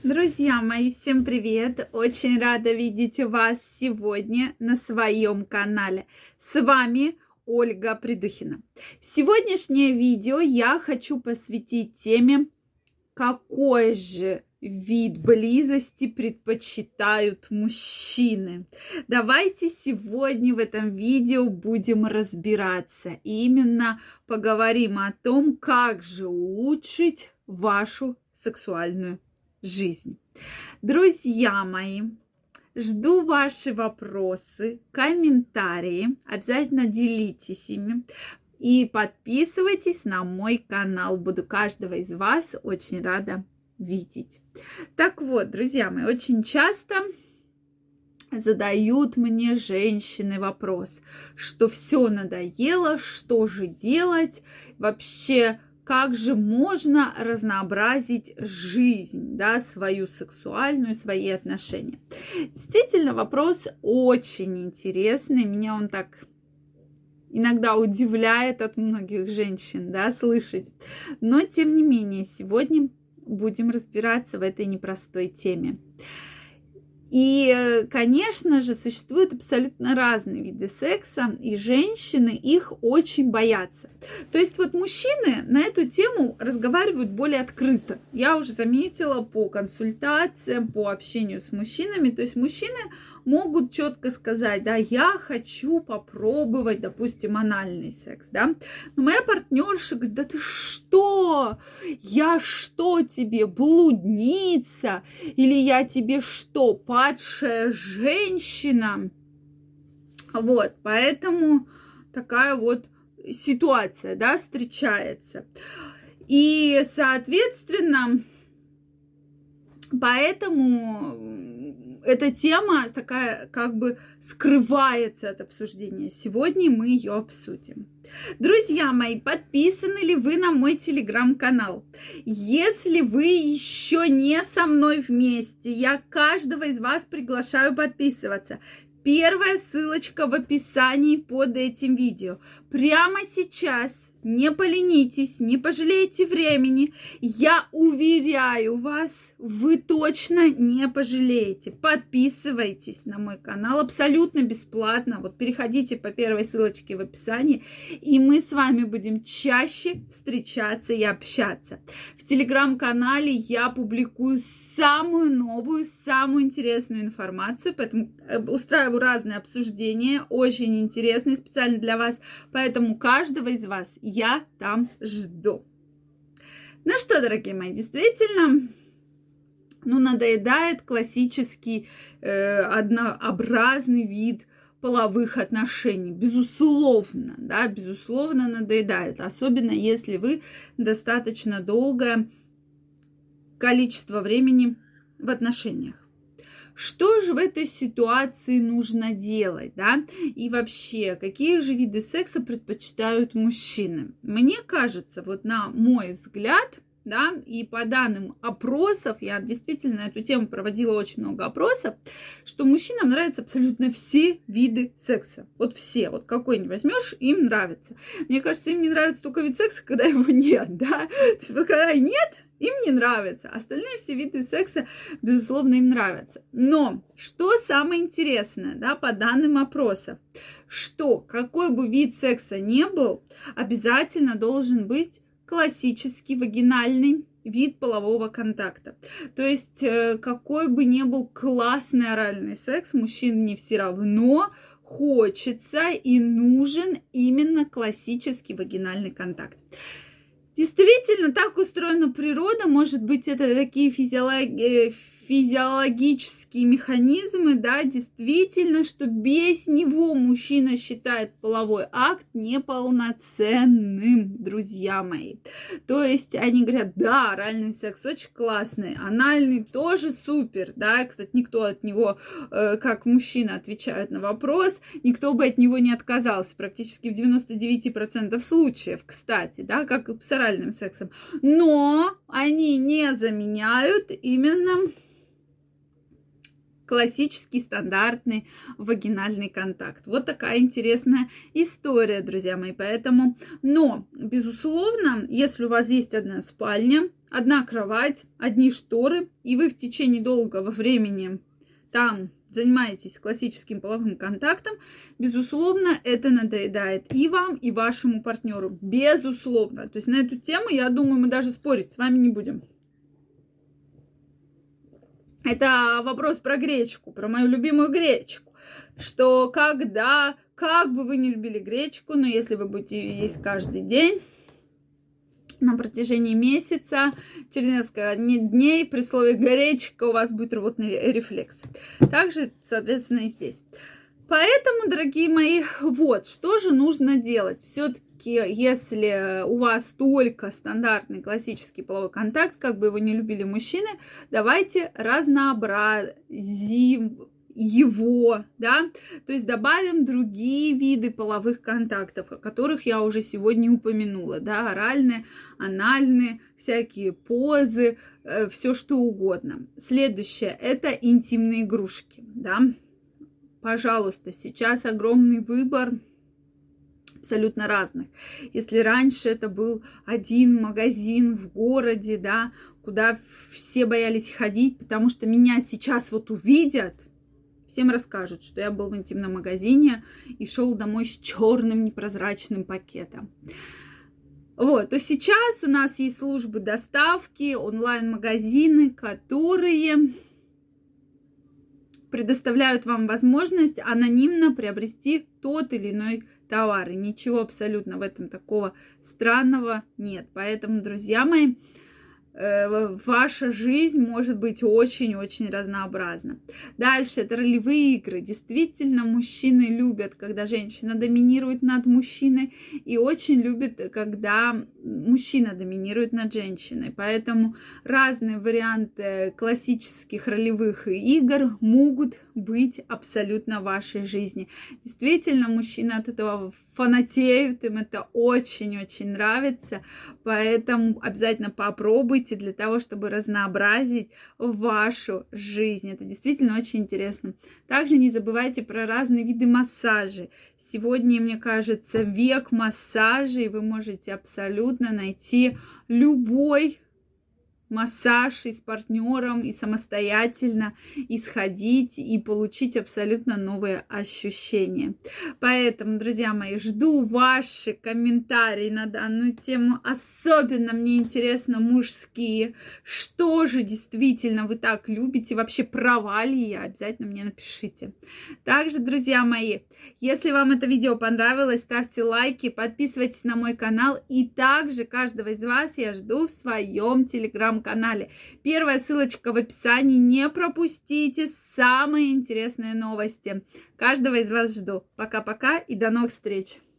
Друзья мои, всем привет! Очень рада видеть вас сегодня на своем канале. С вами Ольга Придухина. Сегодняшнее видео я хочу посвятить теме, какой же вид близости предпочитают мужчины. Давайте сегодня в этом видео будем разбираться. И именно поговорим о том, как же улучшить вашу сексуальную жизнь. Друзья мои, жду ваши вопросы, комментарии. Обязательно делитесь ими. И подписывайтесь на мой канал. Буду каждого из вас очень рада видеть. Так вот, друзья мои, очень часто задают мне женщины вопрос, что все надоело, что же делать, вообще, как же можно разнообразить жизнь, да, свою сексуальную, свои отношения. Действительно, вопрос очень интересный. Меня он так иногда удивляет от многих женщин, да, слышать. Но, тем не менее, сегодня будем разбираться в этой непростой теме. И, конечно же, существуют абсолютно разные виды секса, и женщины их очень боятся. То есть вот мужчины на эту тему разговаривают более открыто. Я уже заметила по консультациям, по общению с мужчинами. То есть мужчины могут четко сказать, да, я хочу попробовать, допустим, анальный секс, да. Но моя партнерша говорит, да ты что? Я что тебе, блудница? Или я тебе что, падшая женщина? Вот, поэтому такая вот ситуация, да, встречается. И, соответственно, поэтому эта тема такая как бы скрывается от обсуждения. Сегодня мы ее обсудим. Друзья мои, подписаны ли вы на мой телеграм-канал? Если вы еще не со мной вместе, я каждого из вас приглашаю подписываться. Первая ссылочка в описании под этим видео. Прямо сейчас не поленитесь, не пожалейте времени. Я уверяю вас, вы точно не пожалеете. Подписывайтесь на мой канал абсолютно бесплатно. Вот переходите по первой ссылочке в описании, и мы с вами будем чаще встречаться и общаться. В телеграм-канале я публикую самую новую, самую интересную информацию, поэтому устраиваю разные обсуждения, очень интересные специально для вас, поэтому каждого из вас я там жду. Ну что, дорогие мои, действительно, надоедает классический однообразный вид половых отношений. Безусловно, да, безусловно надоедает. Особенно если вы достаточно долгое количество времени в отношениях. Что же в этой ситуации нужно делать, да? И вообще, какие же виды секса предпочитают мужчины? Мне кажется, вот на мой взгляд, да, и по данным опросов, я действительно на эту тему проводила очень много опросов, что мужчинам нравятся абсолютно все виды секса. Вот все, вот какой не возьмешь, им нравится. Мне кажется, им не нравится только вид секса, когда его нет, да? То есть вот когда нет, им не нравится. Остальные все виды секса, безусловно, им нравятся. Но что самое интересное, да, по данным опросов, что какой бы вид секса ни был, обязательно должен быть классический вагинальный вид полового контакта. То есть какой бы ни был классный оральный секс, мужчине все равно хочется и нужен именно классический вагинальный контакт. Действительно, так устроена природа, может быть, это такие физиологические механизмы, да, действительно, что без него мужчина считает половой акт неполноценным, друзья мои. То есть они говорят, да, оральный секс очень классный, анальный тоже супер, да, кстати, никто от него, как мужчина отвечает на вопрос, никто бы от него не отказался, практически в 99% случаев, кстати, да, как и с оральным сексом. Но они не заменяют именно классический, стандартный вагинальный контакт. Вот такая интересная история, друзья мои. Поэтому, но, безусловно, если у вас есть одна спальня, одна кровать, одни шторы, и вы в течение долгого времени там занимаетесь классическим половым контактом, безусловно, это надоедает и вам, и вашему партнеру. Безусловно. То есть на эту тему, я думаю, мы даже спорить с вами не будем. Это вопрос про гречку, про мою любимую гречку. Что когда, как бы вы не любили гречку, но если вы будете есть каждый день, на протяжении месяца, через несколько дней при слове гречка у вас будет рвотный рефлекс. Также, соответственно, и здесь. Поэтому, дорогие мои, вот, что же нужно делать? Все-таки, если у вас только стандартный классический половой контакт, как бы его не любили мужчины, давайте разнообразим его, да, то есть добавим другие виды половых контактов, о которых я уже сегодня упомянула, да, оральные, анальные, всякие позы, все что угодно. Следующее – это интимные игрушки, да, пожалуйста, сейчас огромный выбор абсолютно разных. Если раньше это был один магазин в городе, да, куда все боялись ходить, потому что меня сейчас вот увидят, всем расскажут, что я был в интимном магазине и шел домой с черным непрозрачным пакетом. Вот, то сейчас у нас есть службы доставки, онлайн-магазины, которые предоставляют вам возможность анонимно приобрести тот или иной товар. И ничего абсолютно в этом такого странного нет. Поэтому, друзья мои, ваша жизнь может быть очень-очень разнообразна. Дальше это ролевые игры. Действительно, мужчины любят, когда женщина доминирует над мужчиной, и очень любят, когда мужчина доминирует над женщиной. Поэтому разные варианты классических ролевых игр могут быть абсолютно в вашей жизни. Действительно, мужчины от этого фанатеют, им это очень-очень нравится, поэтому обязательно попробуйте для того, чтобы разнообразить вашу жизнь. Это действительно очень интересно. Также не забывайте про разные виды массажей. Сегодня, мне кажется, век массажей, вы можете абсолютно найти любой массаж и с партнером, и самостоятельно исходить и получить абсолютно новые ощущения. Поэтому, друзья мои, жду ваши комментарии на данную тему. Особенно мне интересно мужские. Что же действительно вы так любите? Вообще, права ли я? Обязательно мне напишите. Также, друзья мои, если вам это видео понравилось, ставьте лайки, подписывайтесь на мой канал. И также каждого из вас я жду в своем телеграм-канале. Первая ссылочка в описании. Не пропустите самые интересные новости. Каждого из вас жду. Пока-пока и до новых встреч!